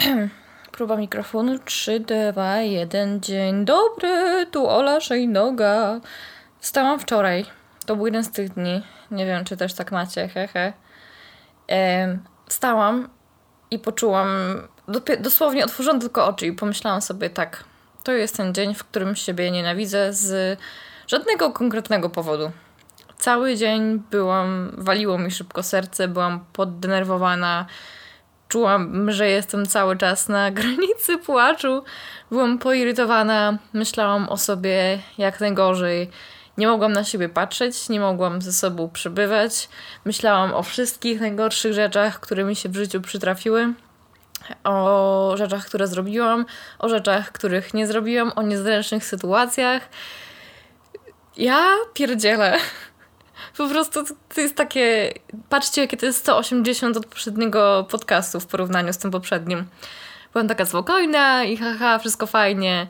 Próba mikrofonu 3, 2, 1. Dzień dobry, tu Ola Szejnoga. Wstałam wczoraj. To był jeden z tych dni. Nie wiem, czy też tak macie, hehe. Wstałam i poczułam, dosłownie otworzyłam tylko oczy i pomyślałam sobie tak, to jest ten dzień, w którym siebie nienawidzę z żadnego konkretnego powodu. Cały dzień waliło mi szybko serce, byłam poddenerwowana, czułam, że jestem cały czas na granicy płaczu, byłam poirytowana, myślałam o sobie jak najgorzej. Nie mogłam na siebie patrzeć, nie mogłam ze sobą przebywać. Myślałam o wszystkich najgorszych rzeczach, które mi się w życiu przytrafiły. O rzeczach, które zrobiłam, o rzeczach, których nie zrobiłam, o niezręcznych sytuacjach. Ja pierdzielę. Po prostu to jest takie... Patrzcie, jakie to jest 180 od poprzedniego podcastu w porównaniu z tym poprzednim. Byłam taka spokojna i haha, wszystko fajnie.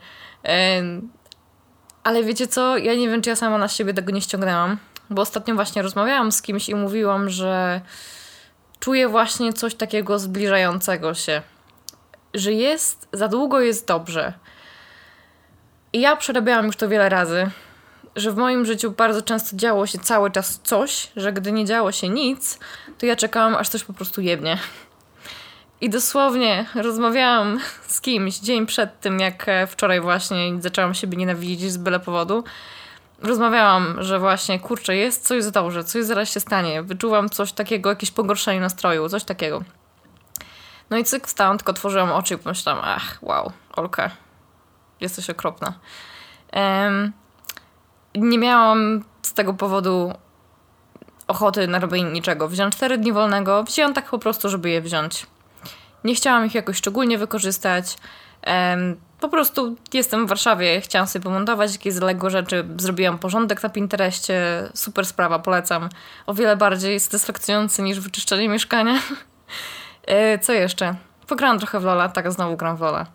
Ale wiecie co? Ja nie wiem, czy ja sama na siebie tego nie ściągnęłam. Bo ostatnio właśnie rozmawiałam z kimś i mówiłam, że czuję właśnie coś takiego zbliżającego się. Że za długo jest dobrze. I ja przerabiałam już to wiele razy. Że w moim życiu bardzo często działo się cały czas coś, że gdy nie działo się nic, to ja czekałam, aż coś po prostu jebnie. I dosłownie rozmawiałam z kimś dzień przed tym, jak wczoraj właśnie zaczęłam siebie nienawidzić z byle powodu. Rozmawiałam, że właśnie, kurczę, jest coś za dobrze, coś zaraz się stanie. Wyczuwam coś takiego, jakieś pogorszenie nastroju, coś takiego. No i cyk, wstałam, tylko otworzyłam oczy i pomyślałam, wow, Olka, jesteś okropna. Nie miałam z tego powodu ochoty na robienie niczego. Wziąłem 4 dni wolnego, wziąłem tak po prostu, żeby je wziąć. Nie chciałam ich jakoś szczególnie wykorzystać. Po prostu jestem w Warszawie, chciałam sobie pomontować jakieś zaległe rzeczy. Zrobiłam porządek na Pinterestie. Super sprawa, polecam. O wiele bardziej satysfakcjonujący niż wyczyszczenie mieszkania. Co jeszcze? Pograłam trochę w Lola, tak, znowu gram w Lola.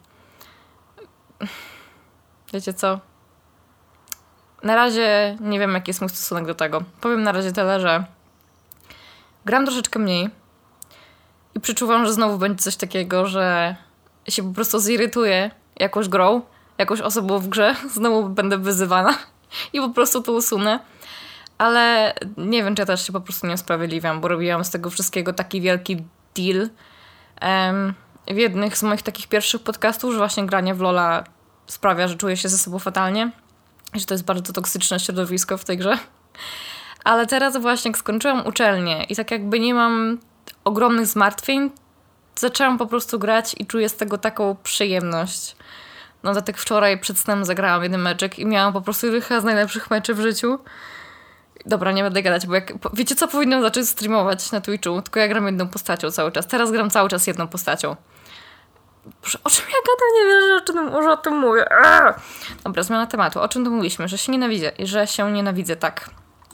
Wiecie co? Na razie nie wiem, jaki jest mój stosunek do tego. Powiem na razie tyle, że gram troszeczkę mniej i przeczuwam, że znowu będzie coś takiego, że się po prostu zirytuję jakąś grą, jakąś osobą w grze, znowu będę wyzywana i po prostu to usunę. Ale nie wiem, czy ja też się po prostu nie usprawiedliwiam, bo robiłam z tego wszystkiego taki wielki deal. W jednych z moich takich pierwszych podcastów, że właśnie granie w Lola sprawia, że czuję się ze sobą fatalnie. Że to jest bardzo toksyczne środowisko w tej grze. Ale teraz właśnie jak skończyłam uczelnię i tak jakby nie mam ogromnych zmartwień, zaczęłam po prostu grać i czuję z tego taką przyjemność. No tak wczoraj przed snem zagrałam jeden meczek i miałam po prostu jednych z najlepszych meczy w życiu. Dobra, nie będę gadać, bo wiecie co, powinnam zacząć streamować na Twitchu, tylko ja gram jedną postacią cały czas. Teraz gram cały czas jedną postacią. Boże, o czym ja gadam? Nie wiem, że o tym mówię. Dobra, zmiana tematu. O czym tu mówiliśmy? Że się nienawidzę, tak.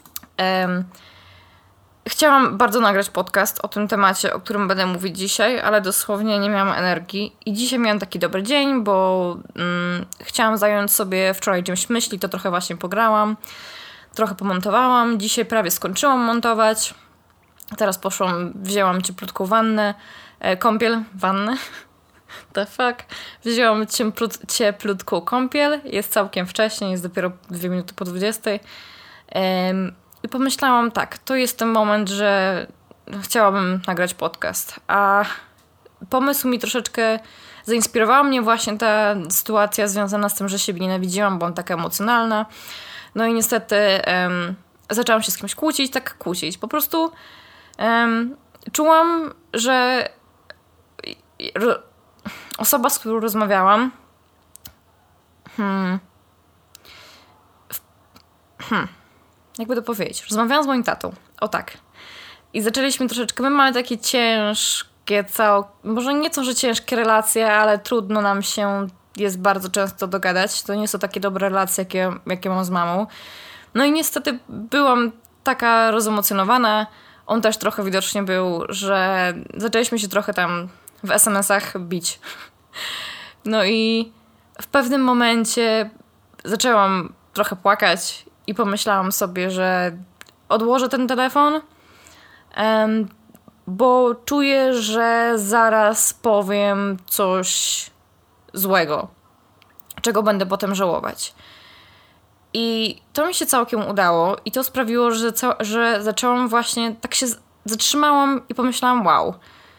Chciałam bardzo nagrać podcast o tym temacie, o którym będę mówić dzisiaj, ale dosłownie nie miałam energii. I dzisiaj miałam taki dobry dzień, bo chciałam zająć sobie wczoraj czymś myśli, to trochę właśnie pograłam. Trochę pomontowałam. Dzisiaj prawie skończyłam montować. Teraz wzięłam cieplutką wannę. Wannę. The fuck. Wzięłam cieplutką kąpiel. Jest całkiem wcześnie, jest dopiero 2 minuty po 20. I pomyślałam tak, to jest ten moment, że chciałabym nagrać podcast. A pomysł mi troszeczkę zainspirowała mnie właśnie ta sytuacja związana z tym, że siebie nienawidziłam, byłam taka emocjonalna. No i niestety zaczęłam się z kimś kłócić. Po prostu czułam, że osoba, z którą rozmawiałam jakby to powiedzieć, rozmawiałam z moim tatą, o tak, i zaczęliśmy troszeczkę, my mamy takie ciężkie może nieco, że ciężkie relacje, ale trudno nam się jest bardzo często dogadać, to nie są takie dobre relacje, jakie mam z mamą. No i niestety byłam taka rozemocjonowana, on też trochę widocznie był, że zaczęliśmy się trochę tam w SMS-ach bić. No i w pewnym momencie zaczęłam trochę płakać i pomyślałam sobie, że odłożę ten telefon, bo czuję, że zaraz powiem coś złego, czego będę potem żałować. I to mi się całkiem udało i to sprawiło, że zaczęłam właśnie, tak się zatrzymałam i pomyślałam, wow,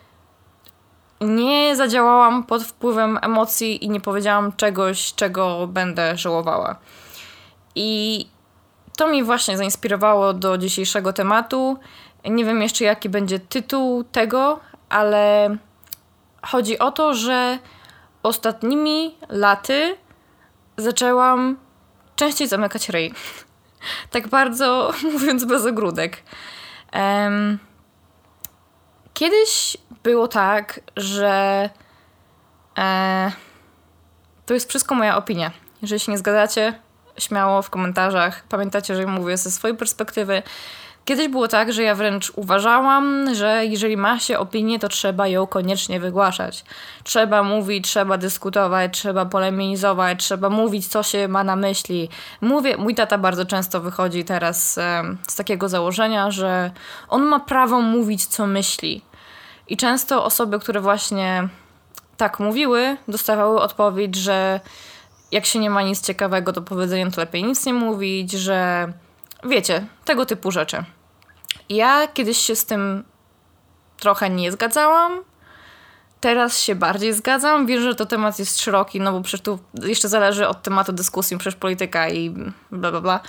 nie zadziałałam pod wpływem emocji i nie powiedziałam czegoś, czego będę żałowała. I to mi właśnie zainspirowało do dzisiejszego tematu. Nie wiem jeszcze, jaki będzie tytuł tego, ale chodzi o to, że ostatnimi laty zaczęłam częściej zamykać ryj. Tak bardzo mówiąc bez ogródek. Kiedyś było tak, że to jest wszystko moja opinia. Jeżeli się nie zgadzacie, śmiało w komentarzach. Pamiętacie, że mówię ze swojej perspektywy. Kiedyś było tak, że ja wręcz uważałam, że jeżeli ma się opinię, to trzeba ją koniecznie wygłaszać. Trzeba mówić, trzeba dyskutować, trzeba polemizować, trzeba mówić, co się ma na myśli. Mój tata bardzo często wychodzi teraz z takiego założenia, że on ma prawo mówić, co myśli. I często osoby, które właśnie tak mówiły, dostawały odpowiedź, że jak się nie ma nic ciekawego do powiedzenia, to lepiej nic nie mówić, że wiecie, tego typu rzeczy. Ja kiedyś się z tym trochę nie zgadzałam. Teraz się bardziej zgadzam. Wiem, że to temat jest szeroki, no bo przecież tu jeszcze zależy od tematu dyskusji, przecież polityka i bla, bla, bla.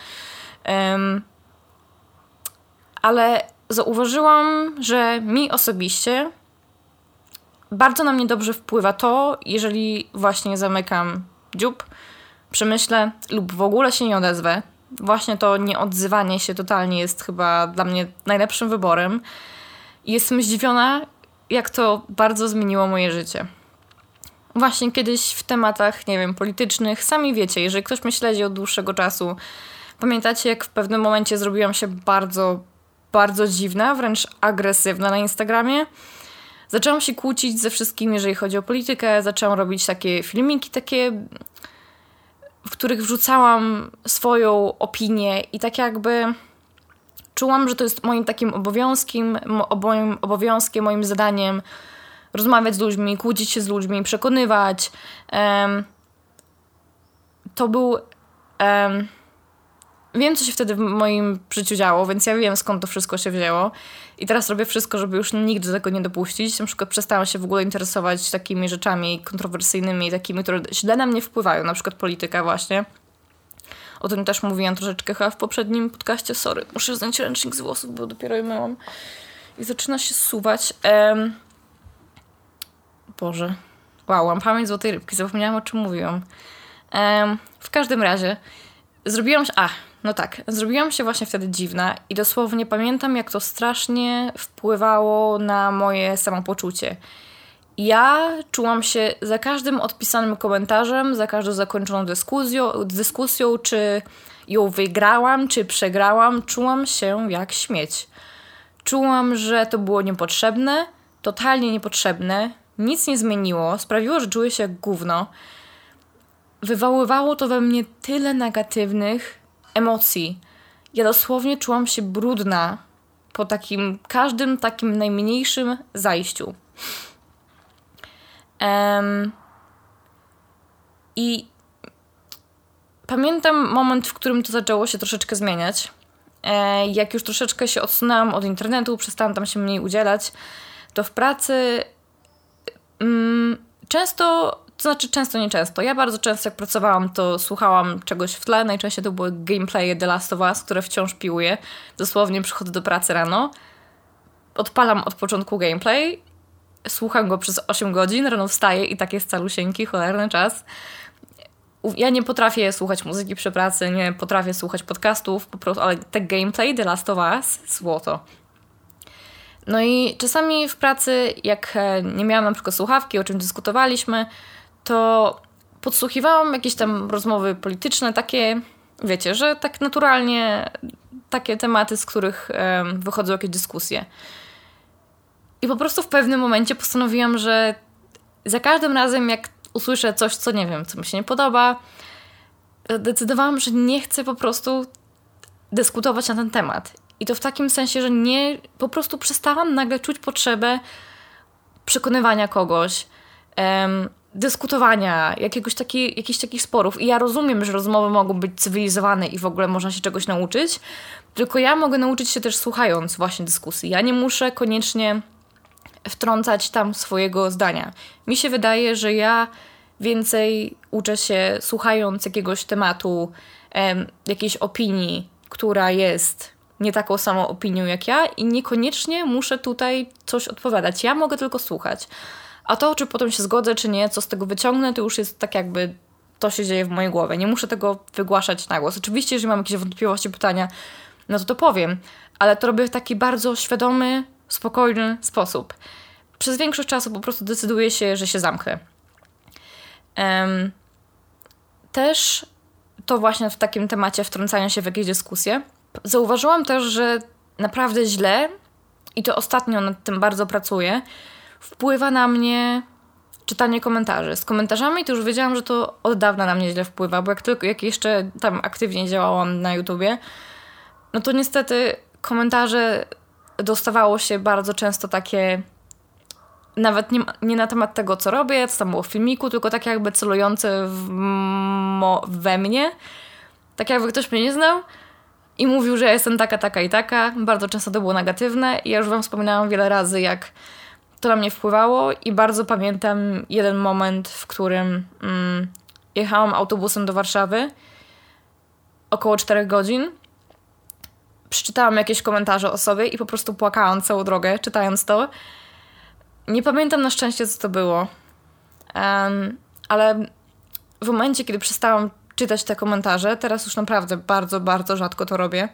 Ale zauważyłam, że mi osobiście bardzo na mnie dobrze wpływa to, jeżeli właśnie zamykam dziób, przemyślę lub w ogóle się nie odezwę. Właśnie to nieodzywanie się totalnie jest chyba dla mnie najlepszym wyborem. I jestem zdziwiona, jak to bardzo zmieniło moje życie. Właśnie kiedyś w tematach, nie wiem, politycznych, sami wiecie, jeżeli ktoś mnie śledzi od dłuższego czasu, pamiętacie, jak w pewnym momencie zrobiłam się bardzo, bardzo dziwna, wręcz agresywna na Instagramie. Zaczęłam się kłócić ze wszystkimi, jeżeli chodzi o politykę, zaczęłam robić takie filmiki, w których wrzucałam swoją opinię i tak jakby czułam, że to jest moim takim obowiązkiem, moim zadaniem rozmawiać z ludźmi, kłócić się z ludźmi, przekonywać. To był... Wiem, co się wtedy w moim życiu działo, więc ja wiem, skąd to wszystko się wzięło. I teraz robię wszystko, żeby już nigdy do tego nie dopuścić. Na przykład przestałam się w ogóle interesować takimi rzeczami kontrowersyjnymi, takimi, które źle na mnie wpływają. Na przykład polityka właśnie. O tym też mówiłam troszeczkę chyba w poprzednim podcaście. Sorry, muszę zdjąć ręcznik z włosów, bo dopiero je myłam. I zaczyna się zsuwać. Boże. Wow, mam pamięć złotej rybki. Zapomniałam, o czym mówiłam. W każdym razie zrobiłam się właśnie wtedy dziwna i dosłownie pamiętam, jak to strasznie wpływało na moje samopoczucie. Ja czułam się za każdym odpisanym komentarzem, za każdą zakończoną dyskusją, czy ją wygrałam, czy przegrałam, czułam się jak śmieć. Czułam, że to było niepotrzebne, totalnie niepotrzebne, nic nie zmieniło, sprawiło, że czuję się jak gówno. Wywoływało to we mnie tyle negatywnych emocji. Ja dosłownie czułam się brudna po każdym takim najmniejszym zajściu. I pamiętam moment, w którym to zaczęło się troszeczkę zmieniać. Jak już troszeczkę się odsunęłam od internetu, przestałam tam się mniej udzielać, to w pracy często. Ja bardzo często jak pracowałam, to słuchałam czegoś w tle. Najczęściej to były gameplaye The Last of Us, które wciąż piłuję. Dosłownie przychodzę do pracy rano, odpalam od początku gameplay, słucham go przez 8 godzin, rano wstaję i tak jest calusieńki, cholerny czas. Ja nie potrafię słuchać muzyki przy pracy, nie potrafię słuchać podcastów, po prostu, ale te gameplay The Last of Us, złoto. No i czasami w pracy, jak nie miałam na przykład słuchawki, o czym dyskutowaliśmy, to podsłuchiwałam jakieś tam rozmowy polityczne, takie, wiecie, że tak naturalnie takie tematy, z których wychodzą jakieś dyskusje. I po prostu w pewnym momencie postanowiłam, że za każdym razem, jak usłyszę coś, co nie wiem, co mi się nie podoba, decydowałam, że nie chcę po prostu dyskutować na ten temat. I to w takim sensie, że po prostu przestałam nagle czuć potrzebę przekonywania kogoś, dyskutowania, jakichś takich sporów. I ja rozumiem, że rozmowy mogą być cywilizowane i w ogóle można się czegoś nauczyć, tylko ja mogę nauczyć się też słuchając właśnie dyskusji. Ja nie muszę koniecznie wtrącać tam swojego zdania. Mi się wydaje, że ja więcej uczę się słuchając jakiegoś tematu, jakiejś opinii, która jest nie taką samą opinią jak ja i niekoniecznie muszę tutaj coś odpowiadać. Ja mogę tylko słuchać. A to, czy potem się zgodzę, czy nie, co z tego wyciągnę, to już jest tak jakby to się dzieje w mojej głowie. Nie muszę tego wygłaszać na głos. Oczywiście, jeżeli mam jakieś wątpliwości, pytania, no to powiem. Ale to robię w taki bardzo świadomy, spokojny sposób. Przez większość czasu po prostu decyduję się, że się zamknę. Też to właśnie w takim temacie wtrącania się w jakieś dyskusje. Zauważyłam też, że naprawdę źle, i to ostatnio nad tym bardzo pracuję, wpływa na mnie czytanie komentarzy. Z komentarzami to już wiedziałam, że to od dawna na mnie źle wpływa, bo jak jeszcze tam aktywnie działałam na YouTubie, no to niestety komentarze dostawało się bardzo często takie nawet nie na temat tego, co robię, co tam było w filmiku, tylko tak jakby celujące we mnie. Tak jakby ktoś mnie nie znał i mówił, że ja jestem taka, taka i taka. Bardzo często to było negatywne i ja już wam wspominałam wiele razy, jak to na mnie wpływało i bardzo pamiętam jeden moment, w którym jechałam autobusem do Warszawy około 4 godzin. Przeczytałam jakieś komentarze o sobie i po prostu płakałam całą drogę, czytając to. Nie pamiętam na szczęście, co to było. Ale w momencie, kiedy przestałam czytać te komentarze, teraz już naprawdę bardzo, bardzo rzadko to robię,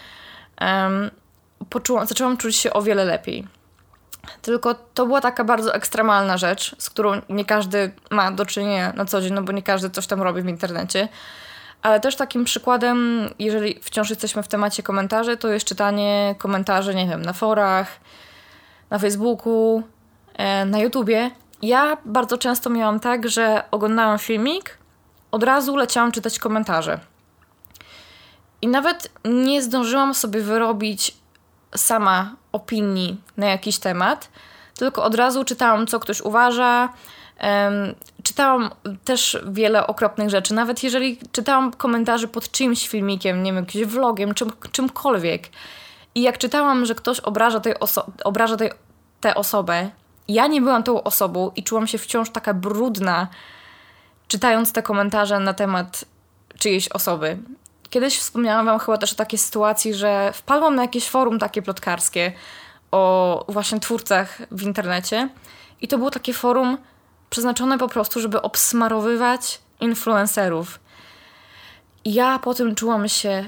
zaczęłam czuć się o wiele lepiej. Tylko to była taka bardzo ekstremalna rzecz, z którą nie każdy ma do czynienia na co dzień, no bo nie każdy coś tam robi w internecie. Ale też takim przykładem, jeżeli wciąż jesteśmy w temacie komentarzy, to jest czytanie komentarzy, nie wiem, na forach, na Facebooku, na YouTubie. Ja bardzo często miałam tak, że oglądałam filmik, od razu leciałam czytać komentarze. I nawet nie zdążyłam sobie wyrobić sama opinii na jakiś temat, tylko od razu czytałam, co ktoś uważa. Czytałam też wiele okropnych rzeczy. Nawet jeżeli czytałam komentarze pod czyimś filmikiem, nie wiem, jakimś vlogiem, czymkolwiek. I jak czytałam, że ktoś obraża tę osobę, ja nie byłam tą osobą i czułam się wciąż taka brudna, czytając te komentarze na temat czyjejś osoby. Kiedyś wspomniałam wam chyba też o takiej sytuacji, że wpadłam na jakieś forum takie plotkarskie o właśnie twórcach w internecie i to było takie forum przeznaczone po prostu, żeby obsmarowywać influencerów. I ja potem czułam się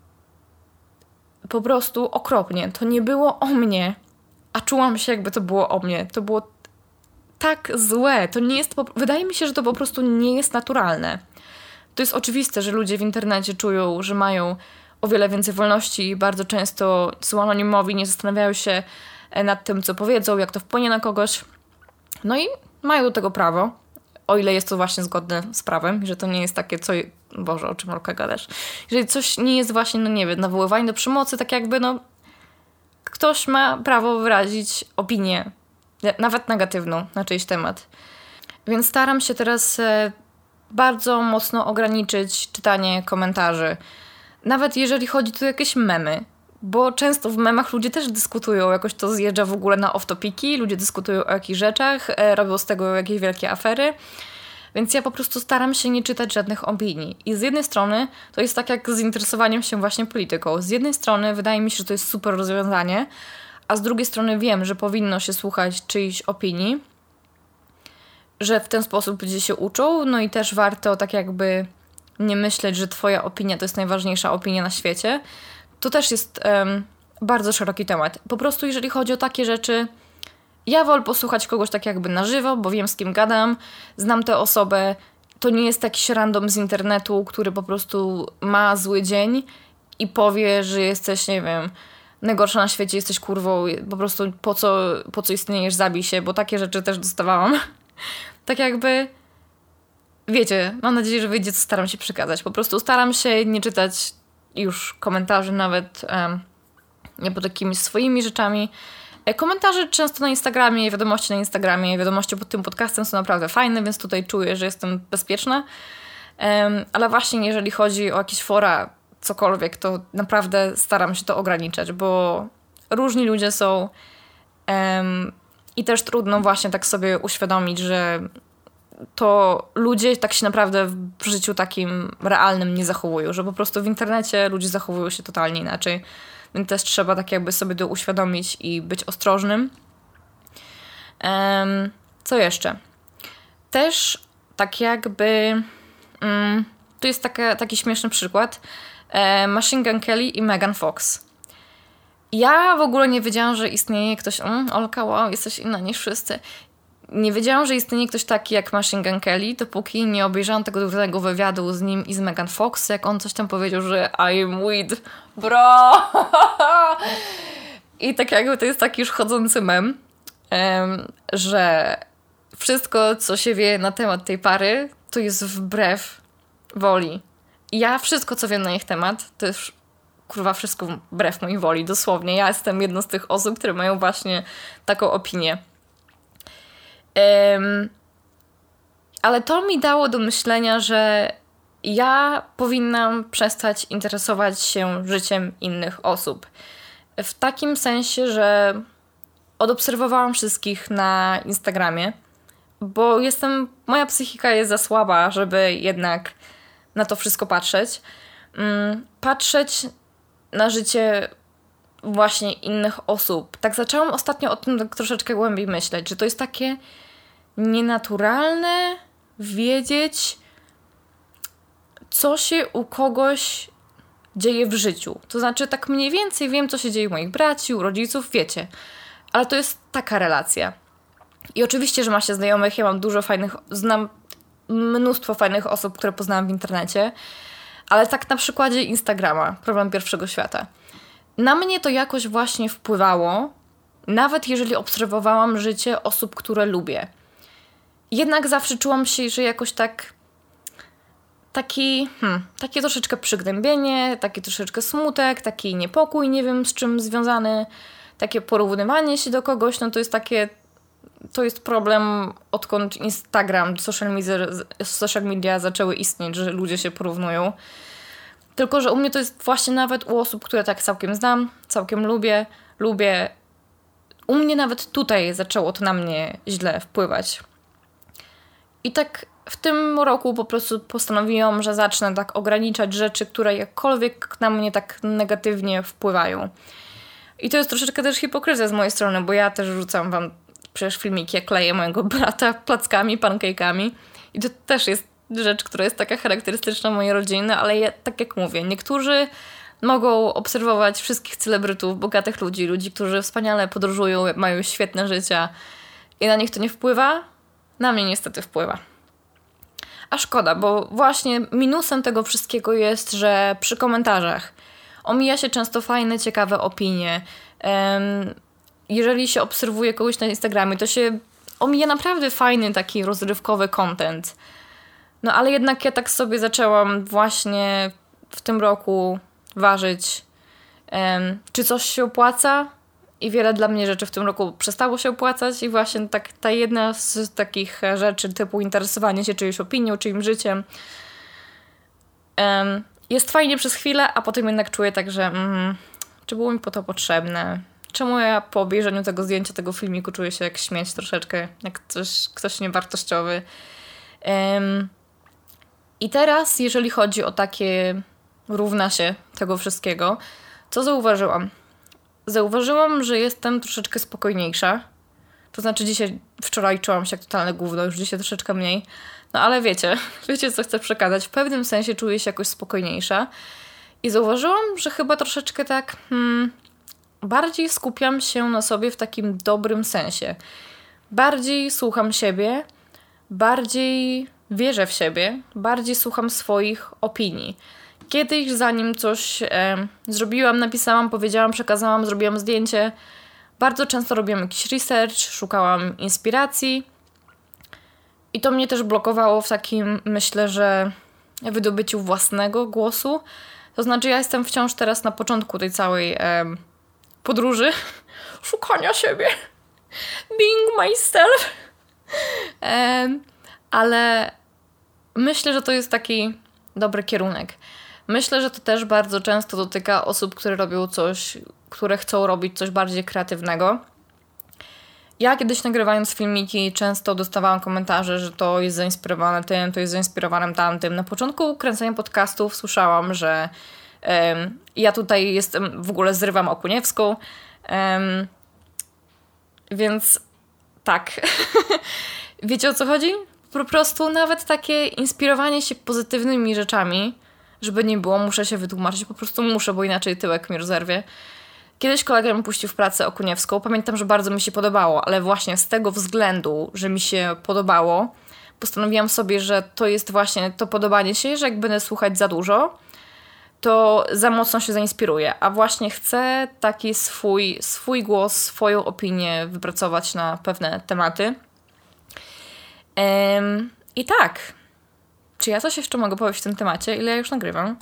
po prostu okropnie. To nie było o mnie, a czułam się, jakby to było o mnie. To było tak złe. To nie jest... Wydaje mi się, że to po prostu nie jest naturalne. To jest oczywiste, że ludzie w internecie czują, że mają o wiele więcej wolności i bardzo często są anonimowi, nie zastanawiają się nad tym, co powiedzą, jak to wpłynie na kogoś. No i mają do tego prawo, o ile jest to właśnie zgodne z prawem, że to nie jest takie, co... Boże, o czym Olka gadasz? Jeżeli coś nie jest właśnie, no nie wiem, nawoływanie do przemocy, tak jakby, no... Ktoś ma prawo wyrazić opinię, nawet negatywną, na czyjś temat. Więc staram się teraz bardzo mocno ograniczyć czytanie komentarzy. Nawet jeżeli chodzi tu o jakieś memy. Bo często w memach ludzie też dyskutują, jakoś to zjeżdża w ogóle na off-topiki, ludzie dyskutują o jakichś rzeczach, robią z tego jakieś wielkie afery. Więc ja po prostu staram się nie czytać żadnych opinii. I z jednej strony to jest tak jak z interesowaniem się właśnie polityką. Z jednej strony wydaje mi się, że to jest super rozwiązanie, a z drugiej strony wiem, że powinno się słuchać czyichś opinii, że w ten sposób ludzie się uczą, no i też warto tak jakby nie myśleć, że twoja opinia to jest najważniejsza opinia na świecie. To też jest bardzo szeroki temat. Po prostu jeżeli chodzi o takie rzeczy, ja wolę posłuchać kogoś tak jakby na żywo, bo wiem, z kim gadam, znam tę osobę. To nie jest jakiś random z internetu, który po prostu ma zły dzień i powie, że jesteś, nie wiem, najgorsza na świecie, jesteś kurwą, po prostu po co istniejesz, zabij się, bo takie rzeczy też dostawałam. Tak jakby, wiecie, mam nadzieję, że wyjdzie, co staram się przekazać. Po prostu staram się nie czytać już komentarzy nawet nie pod jakimiś swoimi rzeczami. Komentarze często na Instagramie, wiadomości na Instagramie, wiadomości pod tym podcastem są naprawdę fajne, więc tutaj czuję, że jestem bezpieczna. Ale właśnie jeżeli chodzi o jakieś fora, cokolwiek, to naprawdę staram się to ograniczać, bo różni ludzie są i też trudno właśnie tak sobie uświadomić, że to ludzie tak się naprawdę w życiu takim realnym nie zachowują, że po prostu w internecie ludzie zachowują się totalnie inaczej. Więc też trzeba tak jakby sobie to uświadomić i być ostrożnym. Co jeszcze? Też tak jakby... tu jest taki śmieszny przykład. Machine Gun Kelly i Megan Fox. Ja w ogóle nie wiedziałam, że istnieje ktoś... Olka, wow, jesteś inna niż wszyscy. Nie wiedziałam, że istnieje ktoś taki jak Machine Gun Kelly, dopóki nie obejrzałam tego durnego wywiadu z nim i z Megan Fox, jak on coś tam powiedział, że I'm weed, bro! I tak jakby to jest taki już chodzący mem, że wszystko, co się wie na temat tej pary, to jest wbrew woli. I ja wszystko, co wiem na ich temat, to już kurwa wszystko wbrew mojej woli, dosłownie. Ja jestem jedną z tych osób, które mają właśnie taką opinię. Ale to mi dało do myślenia, że ja powinnam przestać interesować się życiem innych osób. W takim sensie, że odobserwowałam wszystkich na Instagramie, bo moja psychika jest za słaba, żeby jednak na to wszystko patrzeć. Patrzeć na życie właśnie innych osób. Tak zaczęłam ostatnio o tym tak troszeczkę głębiej myśleć, że to jest takie nienaturalne wiedzieć, co się u kogoś dzieje w życiu. To znaczy tak mniej więcej wiem, co się dzieje u moich braci, u rodziców, wiecie. Ale to jest taka relacja. I oczywiście, że ma się znajomych, ja mam znam mnóstwo fajnych osób, które poznałam w internecie, ale tak na przykładzie Instagrama, problem pierwszego świata. Na mnie to jakoś właśnie wpływało, nawet jeżeli obserwowałam życie osób, które lubię. Jednak zawsze czułam się, że jakoś takie troszeczkę przygnębienie, taki troszeczkę smutek, taki niepokój, nie wiem z czym związany, takie porównywanie się do kogoś, no to jest problem, odkąd Instagram, social media zaczęły istnieć, że ludzie się porównują. Tylko że u mnie to jest właśnie nawet u osób, które tak całkiem znam, całkiem lubię. U mnie nawet tutaj zaczęło to na mnie źle wpływać. I tak w tym roku po prostu postanowiłam, że zacznę tak ograniczać rzeczy, które jakkolwiek na mnie tak negatywnie wpływają. I to jest troszeczkę też hipokryzja z mojej strony, bo ja też rzucam wam przecież filmiki, jak kleję mojego brata plackami, pancake'ami. I to też jest rzecz, która jest taka charakterystyczna mojej rodziny, ale ja, tak jak mówię, niektórzy mogą obserwować wszystkich celebrytów, bogatych ludzi, którzy wspaniale podróżują, mają świetne życia i na nich to nie wpływa. Na mnie niestety wpływa. A szkoda, bo właśnie minusem tego wszystkiego jest, że przy komentarzach omija się często fajne, ciekawe opinie. Jeżeli się obserwuje kogoś na Instagramie, to się omija naprawdę fajny, taki rozrywkowy content. No ale jednak ja tak sobie zaczęłam właśnie w tym roku ważyć, czy coś się opłaca, i wiele dla mnie rzeczy w tym roku przestało się opłacać i właśnie tak ta jedna z takich rzeczy typu interesowanie się czyjąś opinią, czyimś życiem jest fajnie przez chwilę, a potem jednak czuję tak, że czy było mi po to potrzebne? Czemu ja po obejrzeniu tego zdjęcia, tego filmiku czuję się jak śmieć troszeczkę, jak ktoś niewartościowy? I teraz, jeżeli chodzi o takie równa się tego wszystkiego, co zauważyłam? Zauważyłam, że jestem troszeczkę spokojniejsza. To znaczy wczoraj czułam się jak totalne gówno, już dzisiaj troszeczkę mniej. No ale wiecie co chcę przekazać. W pewnym sensie czuję się jakoś spokojniejsza. I zauważyłam, że chyba troszeczkę tak bardziej skupiam się na sobie w takim dobrym sensie. Bardziej słucham siebie, bardziej wierzę w siebie, bardziej słucham swoich opinii. Kiedyś, zanim coś zrobiłam, napisałam, powiedziałam, przekazałam, zrobiłam zdjęcie, bardzo często robiłam jakiś research, szukałam inspiracji i to mnie też blokowało w takim, myślę, że wydobyciu własnego głosu. To znaczy ja jestem wciąż teraz na początku tej całej podróży, szukania siebie, being myself. Ale myślę, że to jest taki dobry kierunek. Myślę, że to też bardzo często dotyka osób, które robią coś, które chcą robić coś bardziej kreatywnego. Ja kiedyś nagrywając filmiki często dostawałam komentarze, że to jest zainspirowane tym, to jest zainspirowane tamtym. Na początku kręcenia podcastów słyszałam, że ja tutaj jestem, w ogóle zrywam Okuniewską. Więc tak. Wiecie, o co chodzi? Po prostu nawet takie inspirowanie się pozytywnymi rzeczami, żeby nie było, muszę się wytłumaczyć, po prostu muszę, bo inaczej tyłek mi rozerwie. Kiedyś kolega mi puścił w pracę Okuniewską. Pamiętam, że bardzo mi się podobało, ale właśnie z tego względu, że mi się podobało, postanowiłam sobie, że to jest właśnie to podobanie się, że jak będę słuchać za dużo, to za mocno się zainspiruję. A właśnie chcę taki swój głos, swoją opinię wypracować na pewne tematy. I tak. Czy ja coś jeszcze mogę powiedzieć w tym temacie? Ile ja już nagrywam?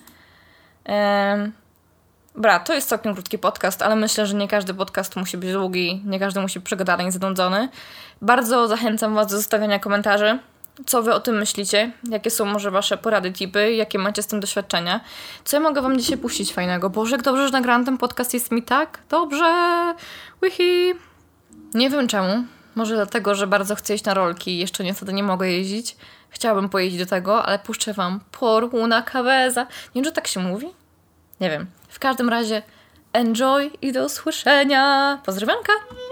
To jest całkiem krótki podcast, ale myślę, że nie każdy podcast musi być długi, nie każdy musi być przegadany i zanudzony. Bardzo zachęcam Was do zostawiania komentarzy. Co Wy o tym myślicie? Jakie są może Wasze porady, tipy? Jakie macie z tym doświadczenia? Co ja mogę Wam dzisiaj puścić fajnego? Boże, jak dobrze, że nagrałam ten podcast, jest mi tak dobrze! Wihi! Nie wiem czemu. Może dlatego, że bardzo chcę iść na rolki i jeszcze niestety nie mogę jeździć. Chciałabym pojeździć do tego, ale puszczę Wam Por una cabeza. Nie wiem, że tak się mówi? Nie wiem. W każdym razie enjoy i do usłyszenia. Pozdrowionka!